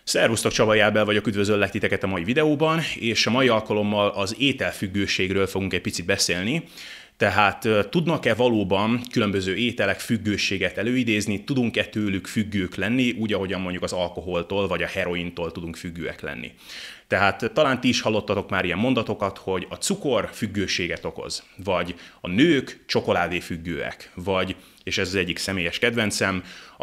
Szervusztok, Csaba Jábel vagyok, üdvözöllek titeket a mai videóban, és a mai alkalommal az ételfüggőségről fogunk egy picit beszélni. Tehát tudnak-e valóban különböző ételek függőséget előidézni, tudunk-e tőlük függők lenni, úgy ahogyan mondjuk az alkoholtól vagy a herointól tudunk függőek lenni. Tehát talán ti is hallottatok már ilyen mondatokat, hogy a cukor függőséget okoz, vagy a nők csokoládéfüggőek, vagy, és ez az egyik személyes kedvencem,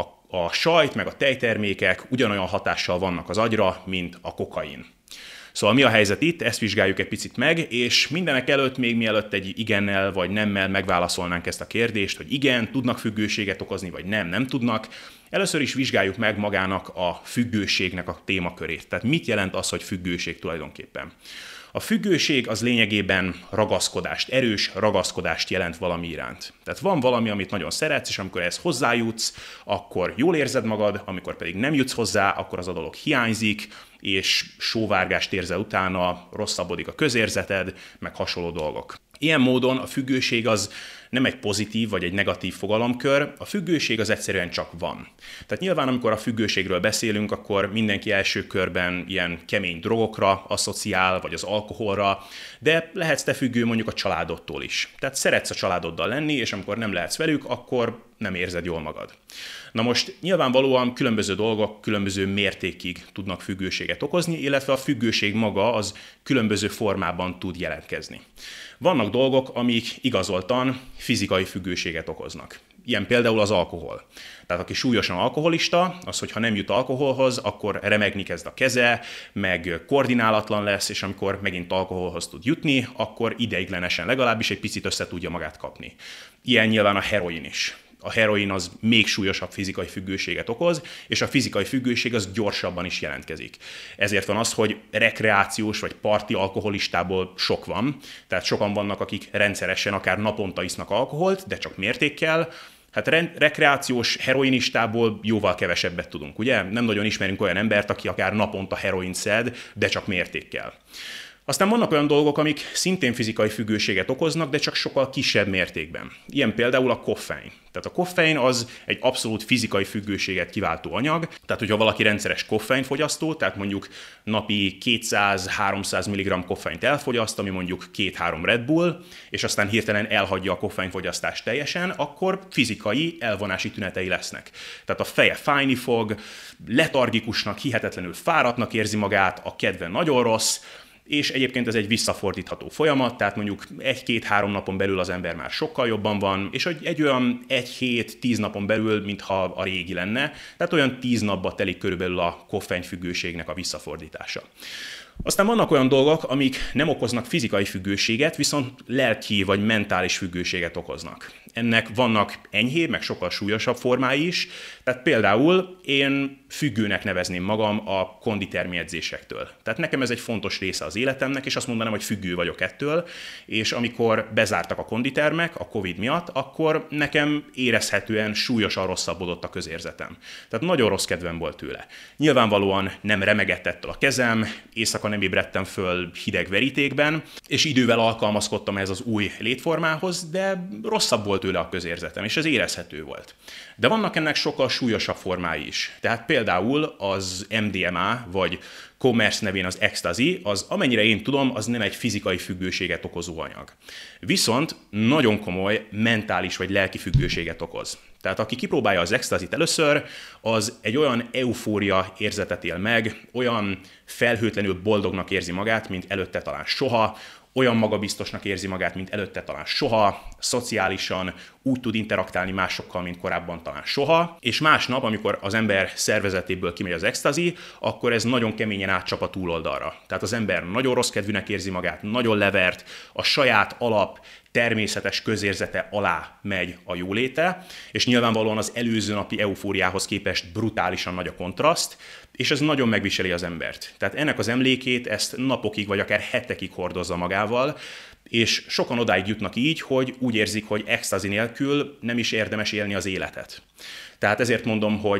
a sajt meg a tejtermékek ugyanolyan hatással vannak az agyra, mint a kokain. Szóval mi a helyzet itt, ezt vizsgáljuk egy picit meg, és mindenek előtt, még mielőtt egy igennel vagy nemmel megválaszolnánk ezt a kérdést, hogy igen, tudnak függőséget okozni, vagy nem tudnak, először is vizsgáljuk meg magának a függőségnek a témakörét. Tehát mit jelent az, hogy függőség tulajdonképpen? A függőség az lényegében ragaszkodást, erős ragaszkodást jelent valami iránt. Tehát van valami, amit nagyon szeretsz, és amikor ehhez hozzájutsz, akkor jól érzed magad, amikor pedig nem jutsz hozzá, akkor az a dolog hiányzik, és sóvárgást érzel utána, rosszabbodik a közérzeted, meg hasonló dolgok. Ilyen módon a függőség az nem egy pozitív vagy egy negatív fogalomkör, a függőség az egyszerűen csak van. Tehát nyilván, amikor a függőségről beszélünk, akkor mindenki első körben ilyen kemény drogokra asszociál, vagy az alkoholra, de lehetsz te függő mondjuk a családodtól is. Tehát szeretsz a családoddal lenni, és amikor nem lehetsz velük, akkor nem érzed jól magad. Na most nyilvánvalóan különböző dolgok különböző mértékig tudnak függőséget okozni, illetve a függőség maga az különböző formában tud jelentkezni. Vannak dolgok, amik igazoltan fizikai függőséget okoznak. Ilyen például az alkohol. Tehát aki súlyosan alkoholista, az, hogyha nem jut alkoholhoz, akkor remegni kezd a keze, meg koordinálatlan lesz, és amikor megint alkoholhoz tud jutni, akkor ideiglenesen legalábbis egy picit össze tudja magát kapni. Ilyen nyilván a heroin is. A heroin az még súlyosabb fizikai függőséget okoz, és a fizikai függőség az gyorsabban is jelentkezik. Ezért van az, hogy rekreációs vagy parti alkoholistából sok van, tehát sokan vannak, akik rendszeresen akár naponta isznak alkoholt, de csak mértékkel. Hát rekreációs heroinistából jóval kevesebbet tudunk, ugye? Nem nagyon ismerünk olyan embert, aki akár naponta heroint szed, de csak mértékkel. Aztán vannak olyan dolgok, amik szintén fizikai függőséget okoznak, de csak sokkal kisebb mértékben. Ilyen például a koffein. Tehát a koffein az egy abszolút fizikai függőséget kiváltó anyag, tehát hogyha valaki rendszeres koffeinfogyasztó, tehát mondjuk napi 200-300 mg koffeint elfogyaszt, ami mondjuk 2-3 Red Bull, és aztán hirtelen elhagyja a koffeinfogyasztást teljesen, akkor fizikai elvonási tünetei lesznek. Tehát a feje fájni fog, letargikusnak, hihetetlenül fáradtnak érzi magát, a kedve nagyon rossz, és egyébként ez egy visszafordítható folyamat, tehát mondjuk 1-2-3 napon belül az ember már sokkal jobban van, és egy olyan 1-7-10 napon belül, mintha a régi lenne, tehát olyan 10 napba telik körülbelül a koffeinfüggőségnek a visszafordítása. Aztán vannak olyan dolgok, amik nem okoznak fizikai függőséget, viszont lelki vagy mentális függőséget okoznak. Ennek vannak enyhébb, meg sokkal súlyosabb formái is, tehát például én függőnek nevezném magam a konditermi edzésektől. Tehát nekem ez egy fontos része az életemnek, és azt mondanám, hogy függő vagyok ettől, és amikor bezártak a konditermek a Covid miatt, akkor nekem érezhetően súlyosan rosszabbodott a közérzetem. Tehát nagyon rossz kedvem volt tőle. Nyilvánvalóan nem remegett ettől a kezem, éjszaka nem ébredtem föl hideg verítékben, és idővel alkalmazkodtam ez az új létformához, de rosszabb volt tőle a közérzetem, és ez érezhető volt. De vannak ennek sokkal súlyosabb formái is. Tehát például az MDMA, vagy Commerce nevén az ecstasy, az amennyire én tudom, az nem egy fizikai függőséget okozó anyag. Viszont nagyon komoly mentális vagy lelki függőséget okoz. Tehát aki kipróbálja az ecstasy-t először, az egy olyan eufória érzetet él meg, olyan felhőtlenül boldognak érzi magát, mint előtte talán soha, olyan magabiztosnak érzi magát, mint előtte talán soha, szociálisan úgy tud interaktálni másokkal, mint korábban talán soha, és másnap, amikor az ember szervezetéből kimegy az ecstasy, akkor ez nagyon keményen átcsap a túloldalra. Tehát az ember nagyon rossz kedvűnek érzi magát, nagyon levert, a saját alap természetes közérzete alá megy a jóléte, és nyilvánvalóan az előző napi eufóriához képest brutálisan nagy a kontraszt, és ez nagyon megviseli az embert. Tehát ennek az emlékét ezt napokig vagy akár hetekig hordozza magával, és sokan odáig jutnak így, hogy úgy érzik, hogy ecstasy nélkül nem is érdemes élni az életet. Tehát ezért mondom, hogy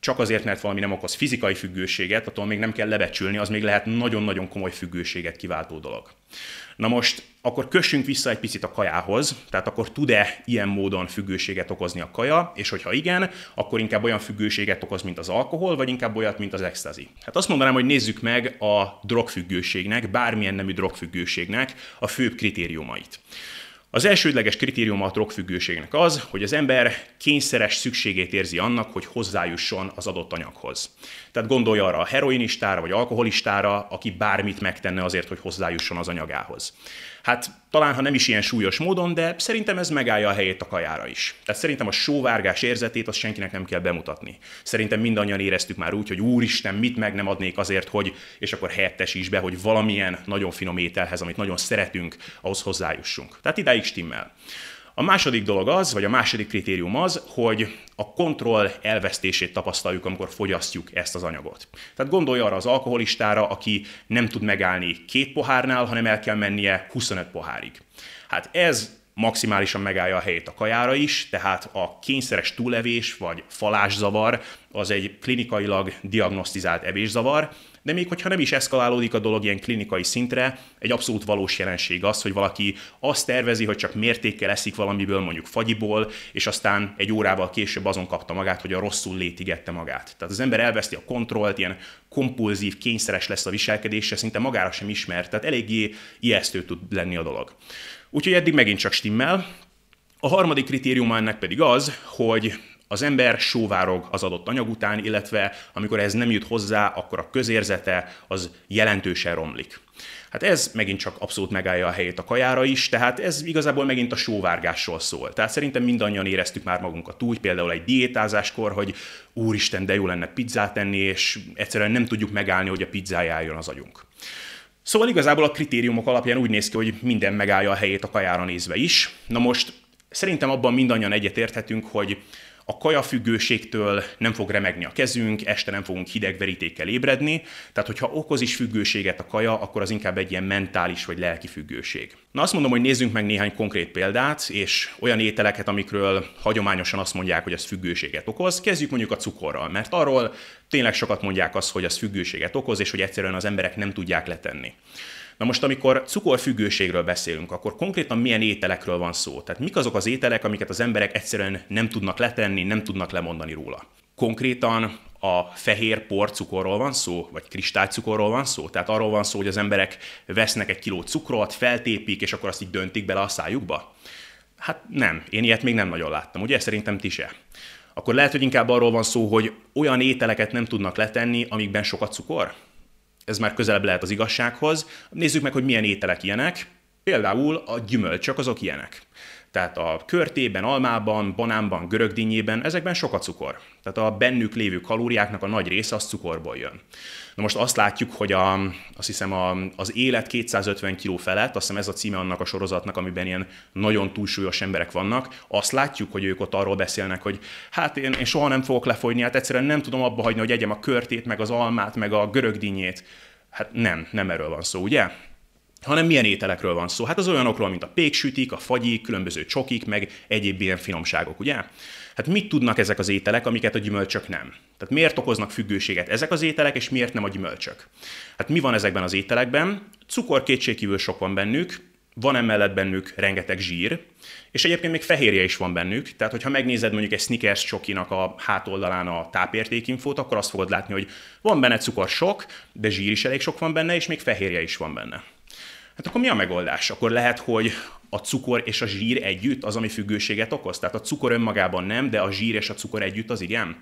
csak azért, mert valami nem okoz fizikai függőséget, attól még nem kell lebecsülni, az még lehet nagyon-nagyon komoly függőséget kiváltó dolog. Na most akkor kössünk vissza egy picit a kajához, tehát akkor tud-e ilyen módon függőséget okozni a kaja, és hogyha igen, akkor inkább olyan függőséget okoz, mint az alkohol, vagy inkább olyat, mint az extázi. Hát azt mondanám, hogy nézzük meg a drogfüggőségnek, bármilyen nemű drogfüggőségnek a főbb kritériumait. Az elsődleges kritériuma a drogfüggőségnek az, hogy az ember kényszeres szükségét érzi annak, hogy hozzájusson az adott anyaghoz. Tehát gondolj arra a heroinistára vagy alkoholistára, aki bármit megtenne azért, hogy hozzájusson az anyagához. Hát talán, ha nem is ilyen súlyos módon, de szerintem ez megállja a helyét a kajára is. Tehát szerintem a sóvárgás érzetét azt senkinek nem kell bemutatni. Szerintem mindannyian éreztük már úgy, hogy úristen, mit meg nem adnék azért, hogy, és akkor helyettesíts be, hogy valamilyen nagyon finom ételhez, amit nagyon szeretünk, ahhoz hozzájussunk. Tehát idáig stimmel. A második dolog az, vagy a második kritérium az, hogy a kontroll elvesztését tapasztaljuk, amikor fogyasztjuk ezt az anyagot. Tehát gondolj arra az alkoholistára, aki nem tud megállni 2 pohárnál, hanem el kell mennie 25 pohárig. Hát ez maximálisan megállja a helyét a kajára is, tehát a kényszeres túlevés vagy falászavar az egy klinikailag diagnosztizált evészavar, de még hogyha nem is eszkalálódik a dolog ilyen klinikai szintre, egy abszolút valós jelenség az, hogy valaki azt tervezi, hogy csak mértékkel eszik valamiből, mondjuk fagyiból, és aztán egy órával később azon kapta magát, hogy a rosszul létigette magát. Tehát az ember elveszti a kontrollt, ilyen kompulzív, kényszeres lesz a viselkedése, szinte magára sem ismer, tehát eléggé ijesztő tud lenni a dolog. Úgyhogy eddig megint csak stimmel. A harmadik kritériuma ennek pedig az, hogy az ember sóvárog az adott anyag után, illetve amikor ez nem jut hozzá, akkor a közérzete az jelentősen romlik. Hát ez megint csak abszolút megállja a helyét a kajára is, tehát ez igazából megint a sóvárgásról szól. Tehát szerintem mindannyian éreztük már magunkat úgy, például egy diétázáskor, hogy úristen, de jó lenne pizzát enni, és egyszerűen nem tudjuk megállni, hogy a pizzája álljon az agyunk. Szóval igazából a kritériumok alapján úgy néz ki, hogy minden megállja a helyét a kajára nézve is. Na most szerintem abban mindannyian egyetérthetünk, hogy a kajafüggőségtől nem fog remegni a kezünk, este nem fogunk hideg verítékkel ébredni, tehát hogyha okoz is függőséget a kaja, akkor az inkább egy ilyen mentális vagy lelki függőség. Na azt mondom, hogy nézzünk meg néhány konkrét példát, és olyan ételeket, amikről hagyományosan azt mondják, hogy ez függőséget okoz. Kezdjük mondjuk a cukorral, mert arról tényleg sokat mondják azt, hogy ez függőséget okoz, és hogy egyszerűen az emberek nem tudják letenni. Na most, amikor cukorfüggőségről beszélünk, akkor konkrétan milyen ételekről van szó? Tehát mik azok az ételek, amiket az emberek egyszerűen nem tudnak letenni, nem tudnak lemondani róla? Konkrétan a fehér porcukorról van szó, vagy kristálycukorról van szó? Tehát arról van szó, hogy az emberek vesznek 1 kiló cukrot, feltépik, és akkor azt így döntik bele a szájukba? Hát nem, én ilyet még nem nagyon láttam, ugye? Szerintem ti se. Akkor lehet, hogy inkább arról van szó, hogy olyan ételeket nem tudnak letenni, amikben sok a cukor? Ez már közelebb lehet az igazsághoz. Nézzük meg, hogy milyen ételek ilyenek. Például a gyümölcsök azok ilyenek. Tehát a körtében, almában, banánban, görögdínyében, ezekben sok a cukor. Tehát a bennük lévő kalóriáknak a nagy része az cukorból jön. Na most azt látjuk, hogy azt hiszem az élet 250 kg felett, azt hiszem ez a címe annak a sorozatnak, amiben ilyen nagyon túlsúlyos emberek vannak, azt látjuk, hogy ők ott arról beszélnek, hogy hát én soha nem fogok lefogyni, hát egyszerűen nem tudom abba hagyni, hogy egyem a körtét, meg az almát, meg a görögdínyét. Hát nem erről van szó, ugye? Hanem milyen ételekről van szó? Hát az olyanokról, mint a péksütik, a fagyik, különböző csokik, meg egyéb ilyen finomságok, ugye? Hát mit tudnak ezek az ételek, amiket a gyümölcsök nem? Tehát miért okoznak függőséget ezek az ételek, és miért nem a gyümölcsök? Hát mi van ezekben az ételekben? Cukor kétségkívül sok van bennük, van emellett bennük rengeteg zsír, és egyébként még fehérje is van bennük, tehát hogyha megnézed mondjuk egy Snickers csokinak a hátoldalán a tápértékinfót, akkor azt fogod látni, hogy van benne cukor sok, de zsír is elég sok van benne, és még fehérje is van benne. Hát akkor mi a megoldás? Akkor lehet, hogy a cukor és a zsír együtt az, ami függőséget okoz? Tehát a cukor önmagában nem, de a zsír és a cukor együtt az igen?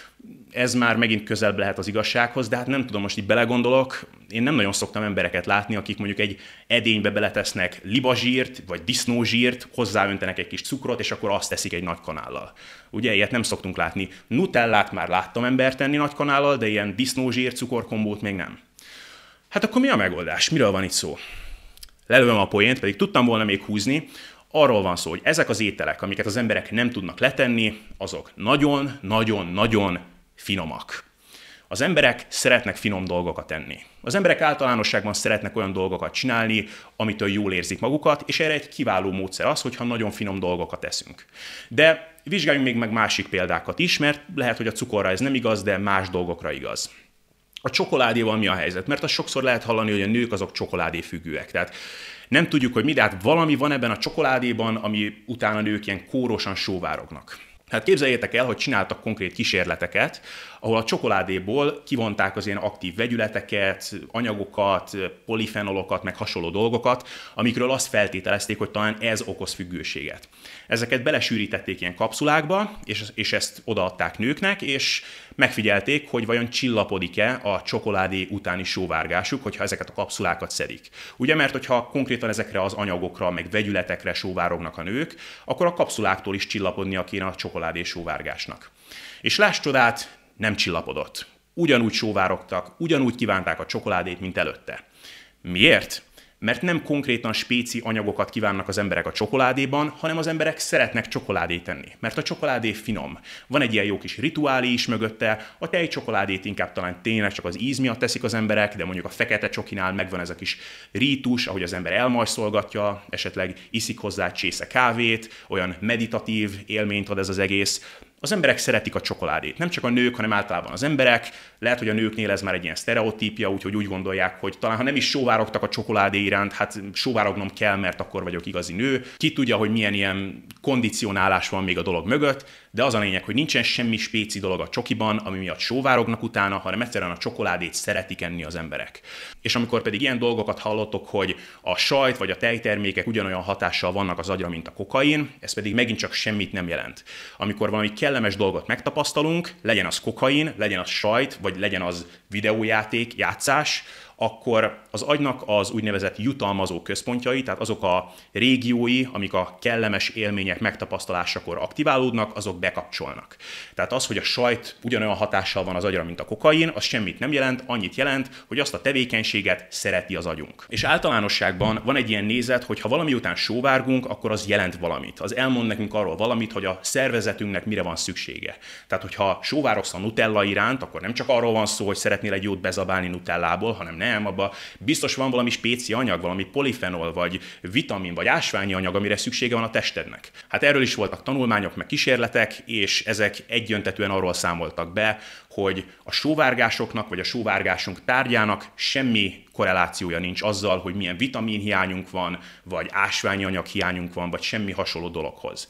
Ez már megint közelebb lehet az igazsághoz, de hát nem tudom, most így belegondolok, én nem nagyon szoktam embereket látni, akik mondjuk egy edénybe beletesznek libazsírt, vagy disznózsírt, hozzáöntenek egy kis cukrot, és akkor azt teszik egy nagy kanállal. Ugye, ilyet nem szoktunk látni. Nutellát már láttam embert tenni nagy kanállal, de ilyen disznózsír cukorkombót még nem. Hát akkor mi a megoldás? Miről van itt szó? Lelövöm a poént, pedig tudtam volna még húzni. Arról van szó, hogy ezek az ételek, amiket az emberek nem tudnak letenni, azok nagyon-nagyon-nagyon finomak. Az emberek szeretnek finom dolgokat enni. Az emberek általánosságban szeretnek olyan dolgokat csinálni, amitől jól érzik magukat, és erre egy kiváló módszer az, hogyha nagyon finom dolgokat eszünk. De vizsgáljunk még meg másik példákat is, mert lehet, hogy a cukorra ez nem igaz, de más dolgokra igaz. A csokoládéval mi a helyzet? Mert azt sokszor lehet hallani, hogy a nők azok csokoládéfüggőek. Tehát nem tudjuk, hogy mi, de hát valami van ebben a csokoládéban, ami után a nők ilyen kórosan sóvárognak. Hát képzeljétek el, hogy csináltak konkrét kísérleteket, ahol a csokoládéból kivonták az ilyen aktív vegyületeket, anyagokat, polifenolokat, meg hasonló dolgokat, amikről azt feltételezték, hogy talán ez okoz függőséget. Ezeket belesűrítették ilyen kapszulákba, és ezt odaadták nőknek, és megfigyelték, hogy vajon csillapodik-e a csokoládé utáni sóvárgásuk, hogyha ezeket a kapszulákat szedik. Ugye, mert hogyha konkrétan ezekre az anyagokra, meg vegyületekre sóvárognak a nők, akkor a kapszuláktól is csillapodnia kéne a csokoládé sóvárgásnak. És láss csodát, nem csillapodott. Ugyanúgy sóvárogtak, ugyanúgy kívánták a csokoládét, mint előtte. Miért? Mert nem konkrétan spéci anyagokat kívánnak az emberek a csokoládéban, hanem az emberek szeretnek csokoládét enni. Mert a csokoládé finom. Van egy ilyen jó kis rituálé is mögötte, a tejcsokoládét inkább talán tényleg csak az íz miatt teszik az emberek, de mondjuk a fekete csokinál megvan ez a kis rítus, ahogy az ember elmajszolgatja, esetleg iszik hozzá egy csésze kávét, olyan meditatív élményt ad ez az egész. Az emberek szeretik a csokoládét. Nem csak a nők, hanem általában az emberek. Lehet, hogy a nőknél ez már egy ilyen sztereotípia, úgyhogy úgy gondolják, hogy talán ha nem is sóvárogtak a csokoládé iránt, hát sóvárognom kell, mert akkor vagyok igazi nő. Ki tudja, hogy milyen ilyen kondicionálás van még a dolog mögött, de az a lényeg, hogy nincsen semmi spéci dolog a csokiban, ami miatt sóvárognak utána, hanem egyszerűen a csokoládét szeretik enni az emberek. És amikor pedig ilyen dolgokat hallottok, hogy a sajt vagy a tejtermékek ugyanolyan hatással vannak az agyra, mint a kokain, ez pedig megint csak semmit nem jelent. Amikor valami kellemes dolgot megtapasztalunk, legyen az kokain, legyen az sajt, vagy legyen az videójáték, játszás, akkor az agynak az úgynevezett jutalmazó központjai, tehát azok a régiói, amik a kellemes élmények megtapasztalásakor aktiválódnak, azok bekapcsolnak. Tehát az, hogy a sajt ugyanolyan hatással van az agyra, mint a kokain, az semmit nem jelent, annyit jelent, hogy azt a tevékenységet szereti az agyunk. És általánosságban van egy ilyen nézet, hogy ha valami után sóvárgunk, akkor az jelent valamit. Az elmond nekünk arról valamit, hogy a szervezetünknek mire van szüksége. Tehát, hogyha sóvárogsz a nutella iránt, akkor nem csak arról van szó, hogy szeretnél egy jót bezabálni nutellából, hanem nem, abban biztos van valami spéci anyag, valami polifenol, vagy vitamin, vagy ásványi anyag, amire szüksége van a testednek. Hát erről is voltak tanulmányok, meg kísérletek, és ezek egyöntetűen arról számoltak be, hogy a sóvárgásoknak, vagy a sóvárgásunk tárgyának semmi korrelációja nincs azzal, hogy milyen vitaminhiányunk van, vagy ásványi anyag hiányunk van, vagy semmi hasonló dologhoz.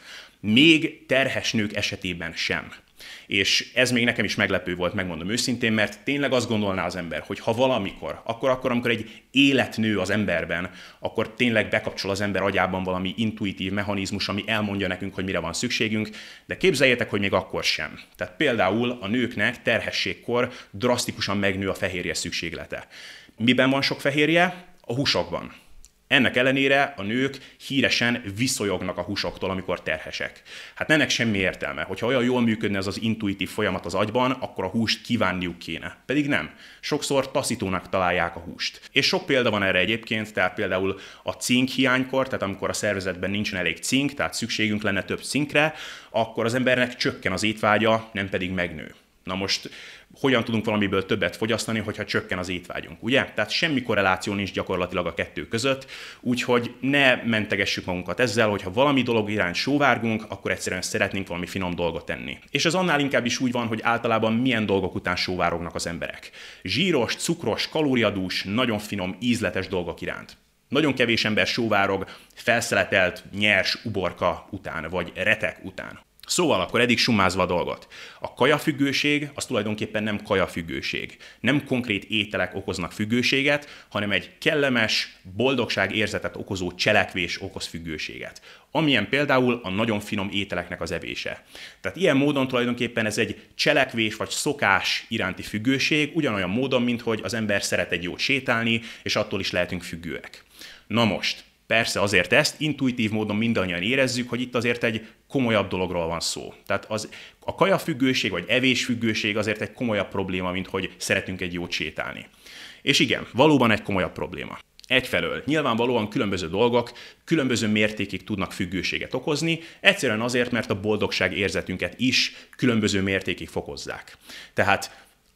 Még terhes nők esetében sem. És ez még nekem is meglepő volt, megmondom őszintén, mert tényleg azt gondolná az ember, hogy ha valamikor, akkor amikor egy élet nő az emberben, akkor tényleg bekapcsol az ember agyában valami intuitív mechanizmus, ami elmondja nekünk, hogy mire van szükségünk, de képzeljétek, hogy még akkor sem. Tehát például a nőknek terhességkor drasztikusan megnő a fehérje szükséglete. Miben van sok fehérje? A húsokban. Ennek ellenére a nők híresen viszonyognak a húsoktól, amikor terhesek. Hát ennek semmi értelme. Hogyha olyan jól működne ez az intuitív folyamat az agyban, akkor a húst kívánniuk kéne. Pedig nem. Sokszor taszítónak találják a húst. És sok példa van erre egyébként, tehát például a cink hiánykor, tehát amikor a szervezetben nincsen elég cink, tehát szükségünk lenne több cinkre, akkor az embernek csökken az étvágya, nem pedig megnő. Na most hogyan tudunk valamiből többet fogyasztani, hogyha csökken az étvágyunk, ugye? Tehát semmi korreláció nincs gyakorlatilag a kettő között, úgyhogy ne mentegessük magunkat ezzel, hogyha valami dolog iránt sóvárgunk, akkor egyszerűen szeretnénk valami finom dolgot tenni. És ez annál inkább is úgy van, hogy általában milyen dolgok után sóvárognak az emberek. Zsíros, cukros, kalóriadús, nagyon finom, ízletes dolgok iránt. Nagyon kevés ember sóvárog felszeletelt, nyers uborka után, vagy retek után. Szóval akkor eddig summázva a dolgot. A kajafüggőség az tulajdonképpen nem kajafüggőség. Nem konkrét ételek okoznak függőséget, hanem egy kellemes, boldogságérzetet okozó cselekvés okoz függőséget. Amilyen például a nagyon finom ételeknek az evése. Tehát ilyen módon tulajdonképpen ez egy cselekvés vagy szokás iránti függőség, ugyanolyan módon, mint hogy az ember szeret egy jót sétálni, és attól is lehetünk függőek. Na most, persze azért ezt intuitív módon mindannyian érezzük, hogy itt azért egy komolyabb dologról van szó. Tehát a kajafüggőség vagy evésfüggőség azért egy komolyabb probléma, mint hogy szeretünk egy jót sétálni. És igen, valóban egy komolyabb probléma. Egyfelől nyilvánvalóan különböző dolgok különböző mértékig tudnak függőséget okozni, egyszerűen azért, mert a boldogság érzetünket is különböző mértékig fokozzák. Tehát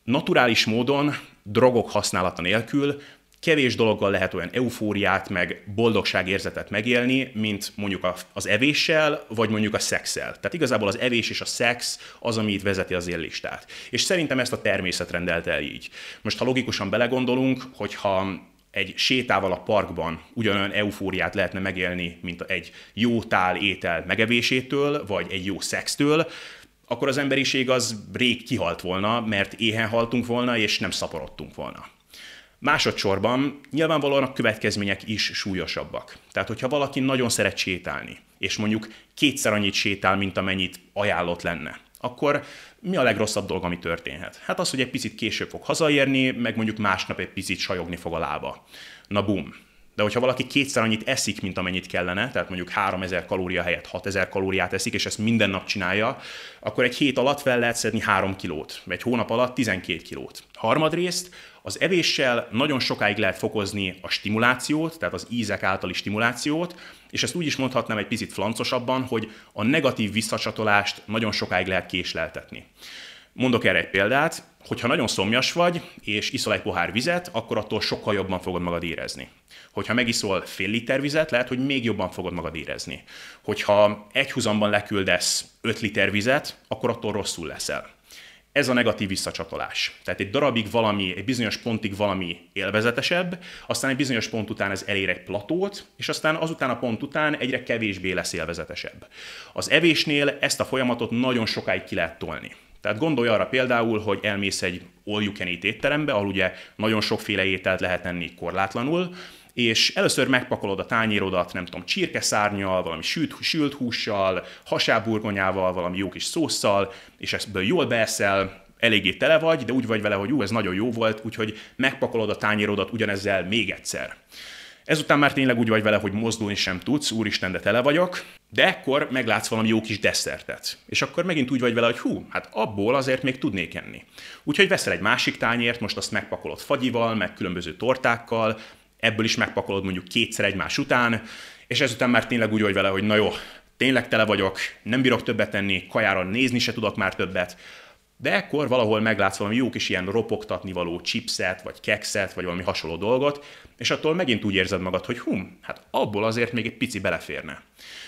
Naturális módon, drogok használata nélkül kevés dologgal lehet olyan eufóriát, meg boldogságérzetet megélni, mint mondjuk az evéssel, vagy mondjuk a szexsel. Tehát igazából az evés és a szex az, ami itt vezeti az éllistát. És szerintem ezt a természet rendelte el így. Most, ha logikusan belegondolunk, hogyha egy sétával a parkban ugyanolyan eufóriát lehetne megélni, mint egy jó tál étel megevésétől, vagy egy jó szextől, akkor az emberiség az rég kihalt volna, mert éhen haltunk volna, és nem szaporodtunk volna. Másodszorban nyilvánvalóan a következmények is súlyosabbak. Tehát, hogyha valaki nagyon szeret sétálni, és mondjuk 2-szer annyit sétál, mint amennyit ajánlott lenne, akkor mi a legrosszabb dolog, ami történhet? Hát az, hogy egy picit később fog hazaérni, meg mondjuk másnap egy picit sajogni fog a lába. Na bum. De hogyha valaki 2-szer annyit eszik, mint amennyit kellene, tehát mondjuk 3000 kalória helyett 6000 kalóriát eszik, és ezt minden nap csinálja, akkor egy hét alatt fel lehet szedni 3 kilót, vagy egy hónap alatt 12 kilót. Harmadrészt az evéssel nagyon sokáig lehet fokozni a stimulációt, tehát az ízek általi stimulációt, és ezt úgy is mondhatnám egy picit flancosabban, hogy a negatív visszacsatolást nagyon sokáig lehet késleltetni. Mondok erre egy példát, hogyha nagyon szomjas vagy, és iszol egy pohár vizet, akkor attól sokkal jobban fogod magad érezni. Hogyha megiszol fél liter vizet, lehet, hogy még jobban fogod magad érezni. Hogyha egy húzamban leküldesz 5 liter vizet, akkor attól rosszul leszel. Ez a negatív visszacsatolás. Tehát egy darabig valami, egy bizonyos pontig valami élvezetesebb, aztán egy bizonyos pont után ez elér egy platót, és aztán azután a pont után egyre kevésbé lesz élvezetesebb. Az evésnél ezt a folyamatot nagyon sokáig ki lehet tolni. Tehát gondolj arra például, hogy elmész egy all you can eat étterembe, ahol ugye nagyon sokféle ételt lehet enni korlátlanul, és először megpakolod a tányérodat, nem tudom, csirkeszárnnyal, valami sült hússal, hasábburgonyával, valami jó kis szósszal, és ebből jól beeszel, eléggé tele vagy, de úgy vagy vele, hogy ez nagyon jó volt, úgyhogy megpakolod a tányérodat ugyanezzel még egyszer. Ezután már tényleg úgy vagy vele, hogy mozdulni sem tudsz, úristen, de tele vagyok, de ekkor meglátsz valami jó kis desszertet. És akkor megint úgy vagy vele, hogy hát abból azért még tudnék enni. Úgyhogy veszel egy másik tányért, most azt megpakolod fagyival, meg különböző tortákkal, ebből is megpakolod mondjuk 2-szer egymás után, és ezután már tényleg úgy vagy vele, hogy na jó, tényleg tele vagyok, nem bírok többet enni, kajára nézni se tudok már többet, de ekkor valahol meglátsz valami jó kis ilyen ropogtatni való chipset, vagy kekszet, vagy valami hasonló dolgot, és attól megint úgy érzed magad, hogy hát abból azért még egy pici beleférne.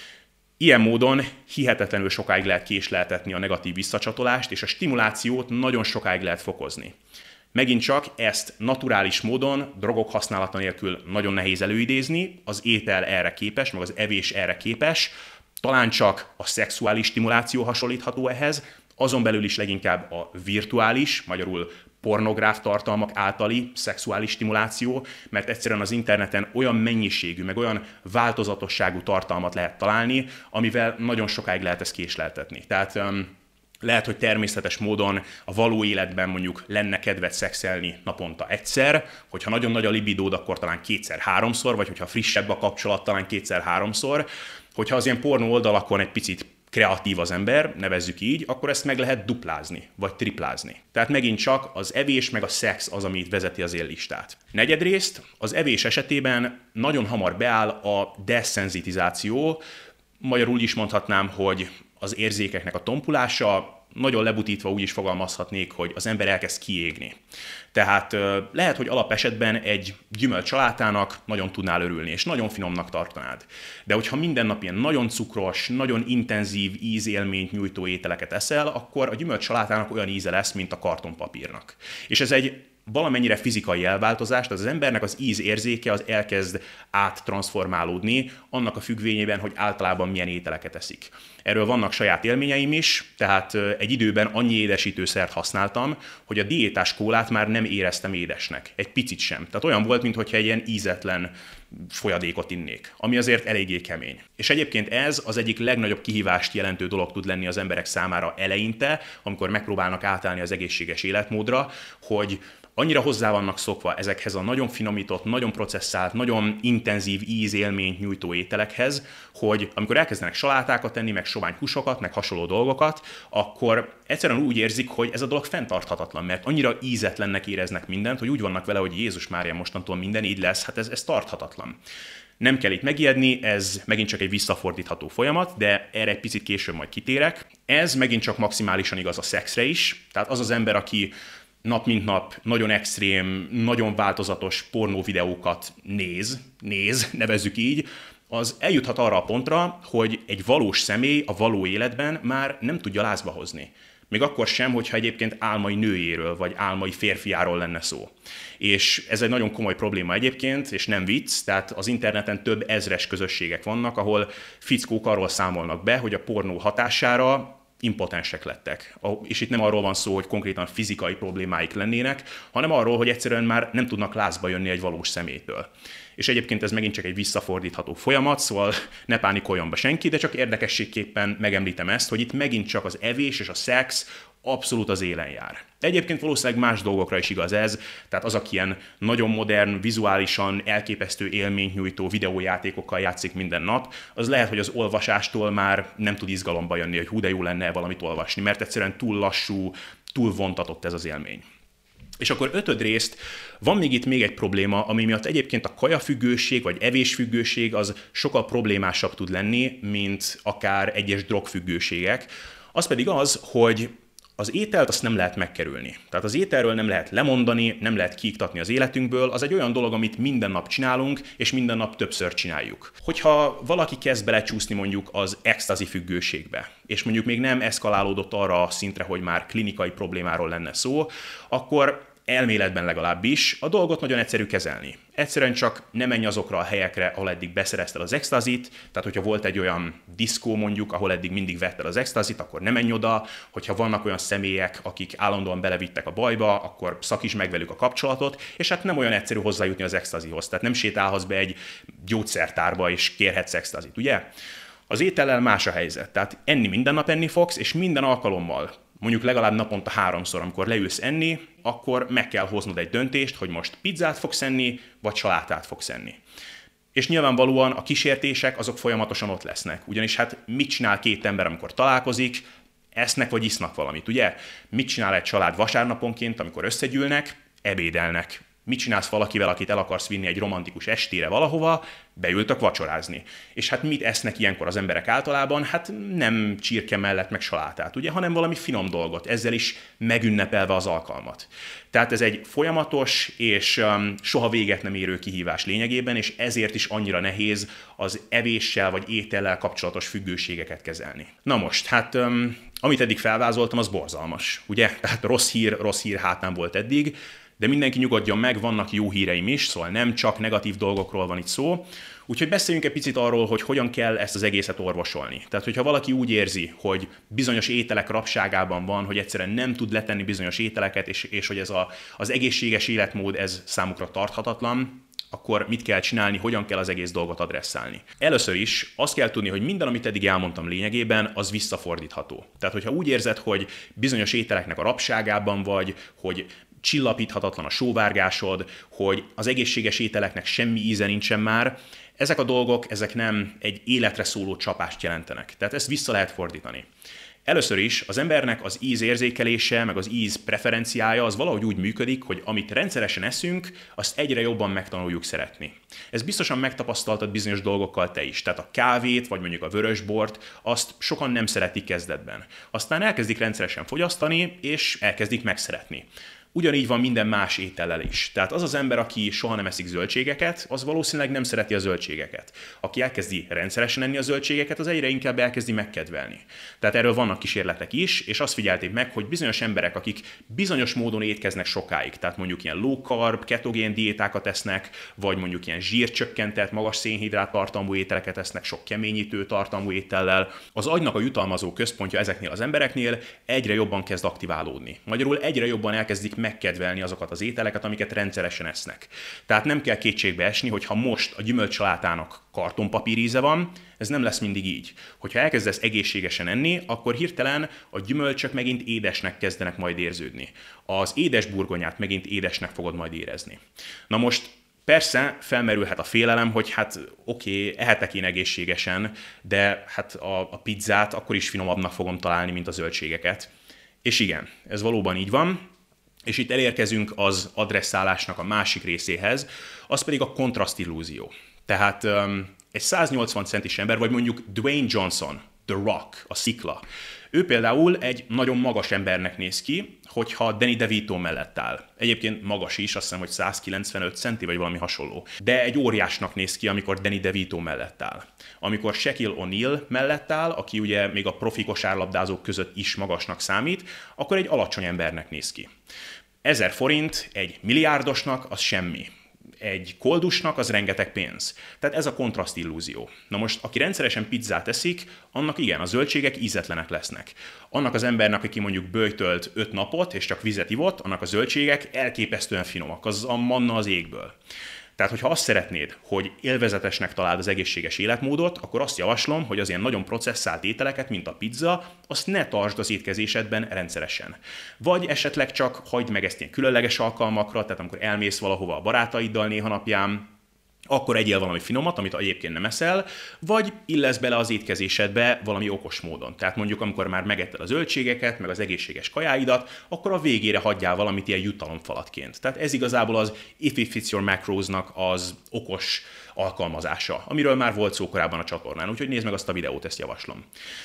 Ilyen módon hihetetlenül sokáig lehet késleltetni a negatív visszacsatolást, és a stimulációt nagyon sokáig lehet fokozni. Megint csak ezt naturális módon, drogok használata nélkül nagyon nehéz előidézni, az étel erre képes, meg az evés erre képes, talán csak a szexuális stimuláció hasonlítható ehhez, azon belül is leginkább a virtuális, magyarul pornográf tartalmak általi szexuális stimuláció, mert egyszerűen az interneten olyan mennyiségű, meg olyan változatosságú tartalmat lehet találni, amivel nagyon sokáig lehet ezt késleltetni. Tehát lehet, hogy természetes módon a való életben mondjuk lenne kedved szexelni naponta egyszer, hogyha nagyon nagy a libidód, akkor talán 2-3-szor, vagy hogyha frissebb a kapcsolat, talán 2-3-szor. Hogyha az ilyen pornó oldalakon egy picit kreatív az ember, nevezzük így, akkor ezt meg lehet duplázni, vagy triplázni. Tehát megint csak az evés meg a szex az, ami itt vezeti az éllistát. Negyedrészt, az evés esetében nagyon hamar beáll a deszenzitizáció, magyarul is mondhatnám, hogy az érzékeknek a tompulása, nagyon lebutítva úgy is fogalmazhatnék, hogy az ember elkezd kiégni. Tehát lehet, hogy alapesetben egy gyümölcsalátának nagyon tudnál örülni, és nagyon finomnak tartanád. De hogyha minden nap ilyen nagyon cukros, nagyon intenzív ízélményt nyújtó ételeket eszel, akkor a gyümölcsalátának olyan íze lesz, mint a kartonpapírnak. És ez egy valamennyire fizikai elváltozás, tehát az embernek az ízérzéke az elkezd áttranszformálódni annak a függvényében, hogy általában milyen ételeket eszik. Erről vannak saját élményeim is, tehát egy időben annyi édesítőszert használtam, hogy a diétás kólát már nem éreztem édesnek, egy picit sem. Tehát olyan volt, mintha egy ilyen ízetlen folyadékot innék, ami azért eléggé kemény. És egyébként ez az egyik legnagyobb kihívást jelentő dolog tud lenni az emberek számára eleinte, amikor megpróbálnak átállni az egészséges életmódra, hogy annyira hozzá vannak szokva ezekhez a nagyon finomított, nagyon processzált, nagyon intenzív ízélményt nyújtó ételekhez, hogy amikor elkezdenek salátákat enni, meg sovány húsokat, meg hasonló dolgokat, akkor egyszerűen úgy érzik, hogy ez a dolog fenntarthatatlan, mert annyira ízetlennek éreznek mindent, hogy úgy vannak vele, hogy Jézus Mária, mostantól minden így lesz, hát ez tarthatatlan. Nem kell itt megijedni, ez megint csak egy visszafordítható folyamat, de erre egy picit később majd kitérek. Ez megint csak maximálisan igaz a szexre is, tehát az az ember, aki nap mint nap nagyon extrém, nagyon változatos pornó videókat néz, nevezzük így, az eljuthat arra a pontra, hogy egy valós személy a való életben már nem tudja lázba hozni. Még akkor sem, hogyha egyébként álmai nőjéről, vagy álmai férfiáról lenne szó. És ez egy nagyon komoly probléma egyébként, és nem vicc, tehát az interneten több ezres közösségek vannak, ahol fickók arról számolnak be, hogy a pornó hatására impotensek lettek. És itt nem arról van szó, hogy konkrétan fizikai problémáik lennének, hanem arról, hogy egyszerűen már nem tudnak lázba jönni egy valós személytől. És egyébként ez megint csak egy visszafordítható folyamat, szóval ne pánikoljon be senki, de csak érdekességképpen megemlítem ezt, hogy itt megint csak az evés és a szex abszolút az élen jár. Egyébként valószínűleg más dolgokra is igaz ez, tehát az, aki ilyen nagyon modern, vizuálisan elképesztő élményt nyújtó videójátékokkal játszik minden nap, az lehet, hogy az olvasástól már nem tud izgalomba jönni, hogy hú, de jó lenne valamit olvasni, mert egyszerűen túl lassú, túl vontatott ez az élmény. És akkor ötödrészt van még itt még egy probléma, ami miatt egyébként a kajafüggőség vagy evésfüggőség az sokkal problémásabb tud lenni, mint akár egyes drogfüggőségek. Az pedig az, hogy az ételt azt nem lehet megkerülni. Tehát az ételről nem lehet lemondani, nem lehet kiiktatni az életünkből, az egy olyan dolog, amit minden nap csinálunk, és minden nap többször csináljuk. Hogyha valaki kezd belecsúszni mondjuk az extazi függőségbe, és mondjuk még nem eszkalálódott arra a szintre, hogy már klinikai problémáról lenne szó, akkor elméletben legalábbis a dolgot nagyon egyszerű kezelni. Egyszerűen csak ne menj azokra a helyekre, ahol eddig beszerezted az extazit, tehát hogyha volt egy olyan diszkó mondjuk, ahol eddig mindig vetted az extazit, akkor ne menj oda, hogyha vannak olyan személyek, akik állandóan belevittek a bajba, akkor szakíts meg velük a kapcsolatot, és hát nem olyan egyszerű hozzájutni az extazihoz, tehát nem sétálhatsz be egy gyógyszertárba és kérhetsz extazit, ugye? Az étellel más a helyzet, tehát minden nap enni fogsz, és minden alkalommal, mondjuk legalább naponta 3-szor, amikor leülsz enni, akkor meg kell hoznod egy döntést, hogy most pizzát fogsz enni, vagy salátát fogsz enni. És nyilvánvalóan a kísértések azok folyamatosan ott lesznek. Ugyanis hát mit csinál két ember, amikor találkozik? Esznek vagy isznak valamit, ugye? Mit csinál egy család vasárnaponként, amikor összegyűlnek? Ebédelnek. Mit csinálsz valakivel, akit el akarsz vinni egy romantikus estére valahova? Beültök vacsorázni. És hát mit esznek ilyenkor az emberek általában? Hát nem csirke mellett meg salátát, ugye, hanem valami finom dolgot, ezzel is megünnepelve az alkalmat. Tehát ez egy folyamatos és soha véget nem érő kihívás lényegében, és ezért is annyira nehéz az evéssel vagy étellel kapcsolatos függőségeket kezelni. Na most, hát amit eddig felvázoltam, az borzalmas, ugye? Tehát rossz hír hátán volt eddig, de mindenki nyugodjon meg, vannak jó híreim is, szóval nem csak negatív dolgokról van itt szó. Úgyhogy beszéljünk egy picit arról, hogy hogyan kell ezt az egészet orvosolni. Tehát, hogyha valaki úgy érzi, hogy bizonyos ételek rabságában van, hogy egyszerűen nem tud letenni bizonyos ételeket, és hogy ez az egészséges életmód, ez számukra tarthatatlan, akkor mit kell csinálni, hogyan kell az egész dolgot adresszálni. Először is azt kell tudni, hogy minden, amit eddig elmondtam lényegében, az visszafordítható. Tehát, hogyha úgy érzed, hogy bizonyos ételeknek a rabságában vagy, hogy csillapíthatatlan a sóvárgásod, hogy az egészséges ételeknek semmi íze nincsen már, ezek a dolgok, ezek nem egy életre szóló csapást jelentenek. Tehát ezt vissza lehet fordítani. Először is az embernek az ízérzékelése, meg az íz preferenciája az valahogy úgy működik, hogy amit rendszeresen eszünk, azt egyre jobban megtanuljuk szeretni. Ez biztosan megtapasztaltad bizonyos dolgokkal te is. Tehát a kávét, vagy mondjuk a vörösbort, azt sokan nem szeretik kezdetben. Aztán elkezdik rendszeresen fogyasztani, és elkezdik megszeretni. Ugyanígy van minden más étellel is. Tehát az az ember, aki soha nem eszik zöldségeket, az valószínűleg nem szereti a zöldségeket. Aki elkezdi rendszeresen enni a zöldségeket, az egyre inkább elkezdi megkedvelni. Tehát erről vannak kísérletek is, és azt figyelték meg, hogy bizonyos emberek, akik bizonyos módon étkeznek sokáig, tehát mondjuk ilyen low carb, ketogén diétákat esznek, vagy mondjuk ilyen zsírcsökkentett, magas szénhidrát tartalmú ételeket esznek, sok keményítő tartalmú étellel, az agynak a jutalmazó központja ezeknél az embereknél egyre jobban kezd aktiválódni. Magyarul egyre jobban elkezdik megkedvelni azokat az ételeket, amiket rendszeresen esznek. Tehát nem kell kétségbe esni, hogy ha most a gyümölcsalátának kartonpapír íze van, ez nem lesz mindig így. Hogyha elkezdesz egészségesen enni, akkor hirtelen a gyümölcsök megint édesnek kezdenek majd érződni. Az édes burgonyát megint édesnek fogod majd érezni. Na most persze felmerülhet a félelem, hogy hát oké, ehetek én egészségesen, de hát a pizzát akkor is finomabbnak fogom találni, mint a zöldségeket. És igen, ez valóban így van. És itt elérkezünk az adresszálásnak a másik részéhez, az pedig a kontrasztillúzió. Tehát egy 180 centis ember, vagy mondjuk Dwayne Johnson, The Rock, a szikla. Ő például egy nagyon magas embernek néz ki, hogyha Danny DeVito mellett áll. Egyébként magas is, azt hiszem, hogy 195 centi, vagy valami hasonló. De egy óriásnak néz ki, amikor Danny DeVito mellett áll. Amikor Shaquille O'Neal mellett áll, aki ugye még a profi kosárlabdázók között is magasnak számít, akkor egy alacsony embernek néz ki. 1000 forint egy milliárdosnak az semmi. Egy koldusnak az rengeteg pénz. Tehát ez a kontraszt illúzió. Na most, aki rendszeresen pizzát eszik, annak igen, a zöldségek ízetlenek lesznek. Annak az embernek, aki mondjuk böjtölt 5 napot, és csak vizet ivott, annak a zöldségek elképesztően finomak, az a manna az égből. Tehát, hogyha azt szeretnéd, hogy élvezetesnek találd az egészséges életmódot, akkor azt javaslom, hogy az ilyen nagyon processzált ételeket, mint a pizza, azt ne tartsd az étkezésedben rendszeresen. Vagy esetleg csak hagyd meg ezt ilyen különleges alkalmakra, tehát amikor elmész valahova a barátaiddal néha napján, akkor egyél valami finomat, amit egyébként nem eszel, vagy illesz bele az étkezésedbe valami okos módon. Tehát mondjuk, amikor már megetted a zöldségeket, meg az egészséges kajáidat, akkor a végére hagyjál valamit ilyen jutalomfalatként. Tehát ez igazából az If It Fits Your Macros-nak az okos alkalmazása, amiről már volt szó korábban a csatornán, úgyhogy nézd meg azt a videót, ezt javaslom.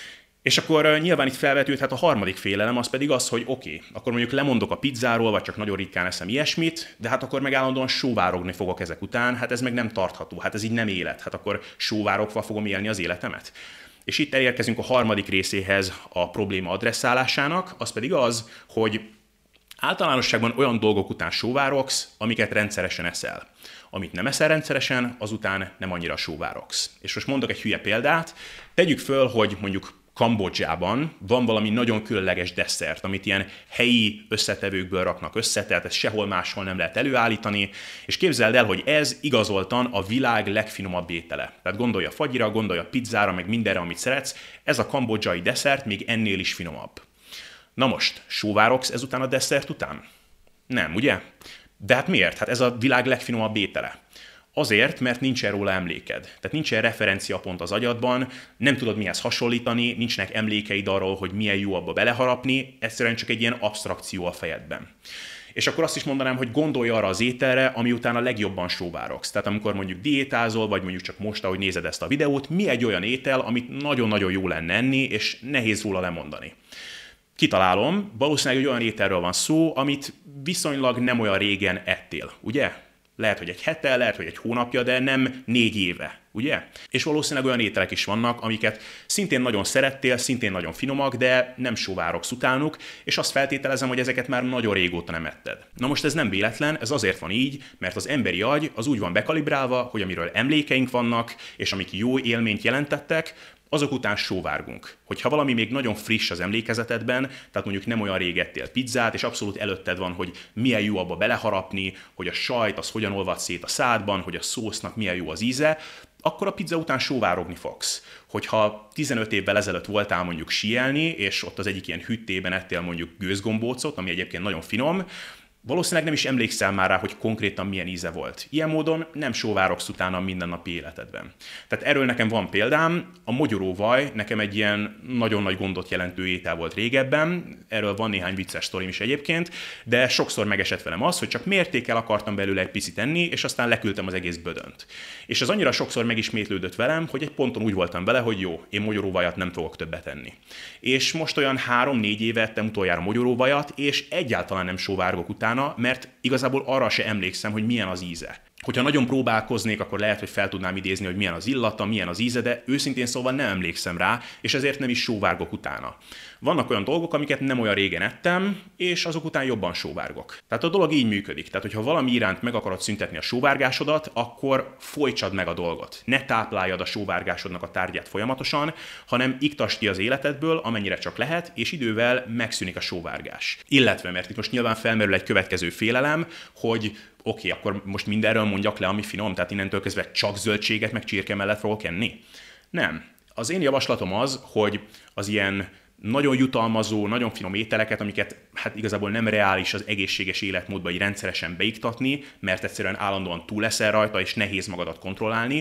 És akkor nyilván itt felvetődhet a harmadik félelem, az pedig az, hogy oké, akkor mondjuk lemondok a pizzáról, vagy csak nagyon ritkán eszem ilyesmit, de hát akkor meg állandóan sóvárogni fogok ezek után, hát ez meg nem tartható, hát ez így nem élet, hát akkor sóvárogva fogom élni az életemet. És itt elérkezünk a harmadik részéhez a probléma adresszálásának, az pedig az, hogy általánosságban olyan dolgok után sóvárogsz, amiket rendszeresen eszel. Amit nem eszel rendszeresen, azután nem annyira sóvárogsz. És most mondok egy hülye példát, tegyük föl, hogy mondjuk Kambodzsában van valami nagyon különleges desszert, amit ilyen helyi összetevőkből raknak össze, tehát ezt sehol máshol nem lehet előállítani, és képzeld el, hogy ez igazoltan a világ legfinomabb étele. Tehát gondolj a fagyira, gondolj a pizzára, meg mindenre, amit szeretsz, ez a kambodzsai desszert még ennél is finomabb. Na most, sóvárogsz ezután a desszert után? Nem, ugye? De hát miért? Hát ez a világ legfinomabb étele. Azért, mert nincsen róla emléked. Tehát nincsen referenciapont az agyadban, nem tudod mihez hasonlítani, nincsenek emlékeid arról, hogy milyen jó abba beleharapni, egyszerűen csak egy ilyen absztrakció a fejedben. És akkor azt is mondanám, hogy gondolj arra az ételre, ami után a legjobban sóvárogsz. Tehát amikor mondjuk diétázol, vagy mondjuk csak most, ahogy nézed ezt a videót, mi egy olyan étel, amit nagyon-nagyon jó lenne enni, és nehéz róla lemondani. Kitalálom, valószínűleg egy olyan ételről van szó, amit viszonylag nem olyan régen ettél, ugye? Lehet, hogy egy hete, lehet, hogy egy hónapja, de nem 4 éve, ugye? És valószínűleg olyan ételek is vannak, amiket szintén nagyon szerettél, szintén nagyon finomak, de nem sóvárogsz utánuk, és azt feltételezem, hogy ezeket már nagyon régóta nem etted. Na most ez nem véletlen, ez azért van így, mert az emberi agy az úgy van bekalibrálva, hogy amiről emlékeink vannak, és amik jó élményt jelentettek, azok után sóvárgunk. Hogyha valami még nagyon friss az emlékezetedben, tehát mondjuk nem olyan rég ettél pizzát, és abszolút előtted van, hogy milyen jó abba beleharapni, hogy a sajt az hogyan olvad szét a szádban, hogy a szósznak milyen jó az íze, akkor a pizza után sóvárogni fogsz. Hogyha 15 évvel ezelőtt voltál mondjuk síelni, és ott az egyik ilyen hüttében ettél mondjuk gőzgombócot, ami egyébként nagyon finom, valószínűleg nem is emlékszel már rá, hogy konkrétan milyen íze volt. Ilyen módon nem sóvárogsz utána a mindennapi életedben. Tehát erről nekem van példám, a mogyoróvaj nekem egy ilyen nagyon nagy gondot jelentő étel volt régebben, erről van néhány vicces sztorim is egyébként, de sokszor megesett velem az, hogy csak mértékkel akartam belőle egy picit enni, és aztán leküldtem az egész bödönt. És ez annyira sokszor megismétlődött velem, hogy egy ponton úgy voltam vele, hogy jó, én mogyoróvajat nem fogok többet enni. És most olyan 3-4 éve ettem utoljára mogyoróvajat, és egyáltalán nem sóvárgok utána, mert igazából arra se emlékszem, hogy milyen az íze. Hogyha nagyon próbálkoznék, akkor lehet, hogy fel tudnám idézni, hogy milyen az illata, milyen az íze, de őszintén szóval nem emlékszem rá, és ezért nem is sóvárgok utána. Vannak olyan dolgok, amiket nem olyan régen ettem, és azok után jobban sóvárgok. Tehát a dolog így működik. Tehát, hogyha valami iránt meg akarod szüntetni a sóvárgásodat, akkor folytsad meg a dolgot. Ne tápláljad a sóvárgásodnak a tárgyát folyamatosan, hanem iktasd ki az életedből, amennyire csak lehet, és idővel megszűnik a sóvárgás. Illetve, mert itt most nyilván felmerül egy következő félelem, hogy oké, akkor most mindenről mondjak le, ami finom, tehát innentől kezdve csak zöldséget meg csirke mellett fogok enni? Nem. Az én javaslatom az, hogy az ilyen nagyon jutalmazó, nagyon finom ételeket, amiket hát igazából nem reális az egészséges életmódba így rendszeresen beiktatni, mert egyszerűen állandóan túl leszel rajta, és nehéz magadat kontrollálni,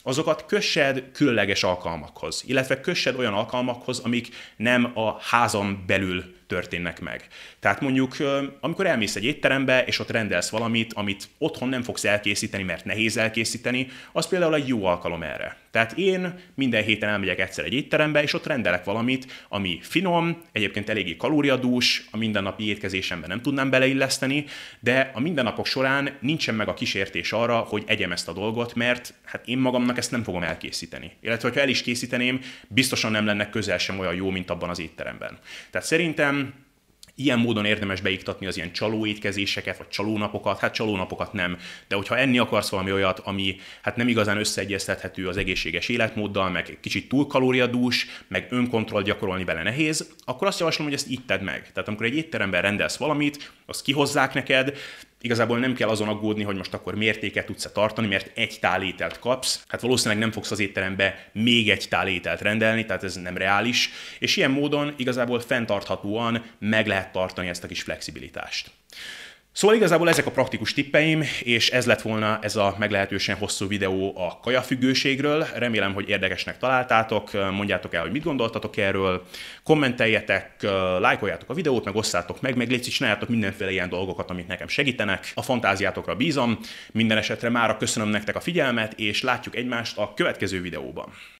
azokat kössed különleges alkalmakhoz, illetve kössed olyan alkalmakhoz, amik nem a házon belül történnek meg. Tehát mondjuk, amikor elmész egy étterembe, és ott rendelsz valamit, amit otthon nem fogsz elkészíteni, mert nehéz elkészíteni, az például egy jó alkalom erre. Tehát én minden héten elmegyek egyszer egy étterembe, és ott rendelek valamit, ami finom, egyébként eléggé kalóriadús, a mindennapi étkezésemben nem tudnám beleilleszteni, de a mindennapok során nincsen meg a kísértés arra, hogy egyem ezt a dolgot, mert hát én magamnak ezt nem fogom elkészíteni. Illetve, ha el is készíteném, biztosan nem lenne közel sem olyan jó, mint abban az étteremben. Tehát szerintem ilyen módon érdemes beiktatni az ilyen csalóétkezéseket, vagy csalónapokat, hát csalónapokat nem, de hogyha enni akarsz valami olyat, ami hát nem igazán összeegyeztethető az egészséges életmóddal, meg kicsit túl kalóriadús, meg önkontrollt gyakorolni vele nehéz, akkor azt javaslom, hogy ezt így tedd meg. Tehát amikor egy étteremben rendelsz valamit, azt kihozzák neked, igazából nem kell azon aggódni, hogy most akkor mértéket tudsz tartani, mert egy tál ételt kapsz. Hát valószínűleg nem fogsz az étterembe még egy tál ételt rendelni, tehát ez nem reális, és ilyen módon igazából fenntarthatóan meg lehet tartani ezt a kis flexibilitást. Szóval igazából ezek a praktikus tippeim, és ez lett volna ez a meglehetősen hosszú videó a kajafüggőségről. Remélem, hogy érdekesnek találtátok, mondjátok el, hogy mit gondoltatok erről, kommenteljetek, lájkoljátok a videót, meg osszátok meg légy csináljátok mindenféle ilyen dolgokat, amik nekem segítenek. A fantáziátokra bízom, minden esetre mára köszönöm nektek a figyelmet, és látjuk egymást a következő videóban.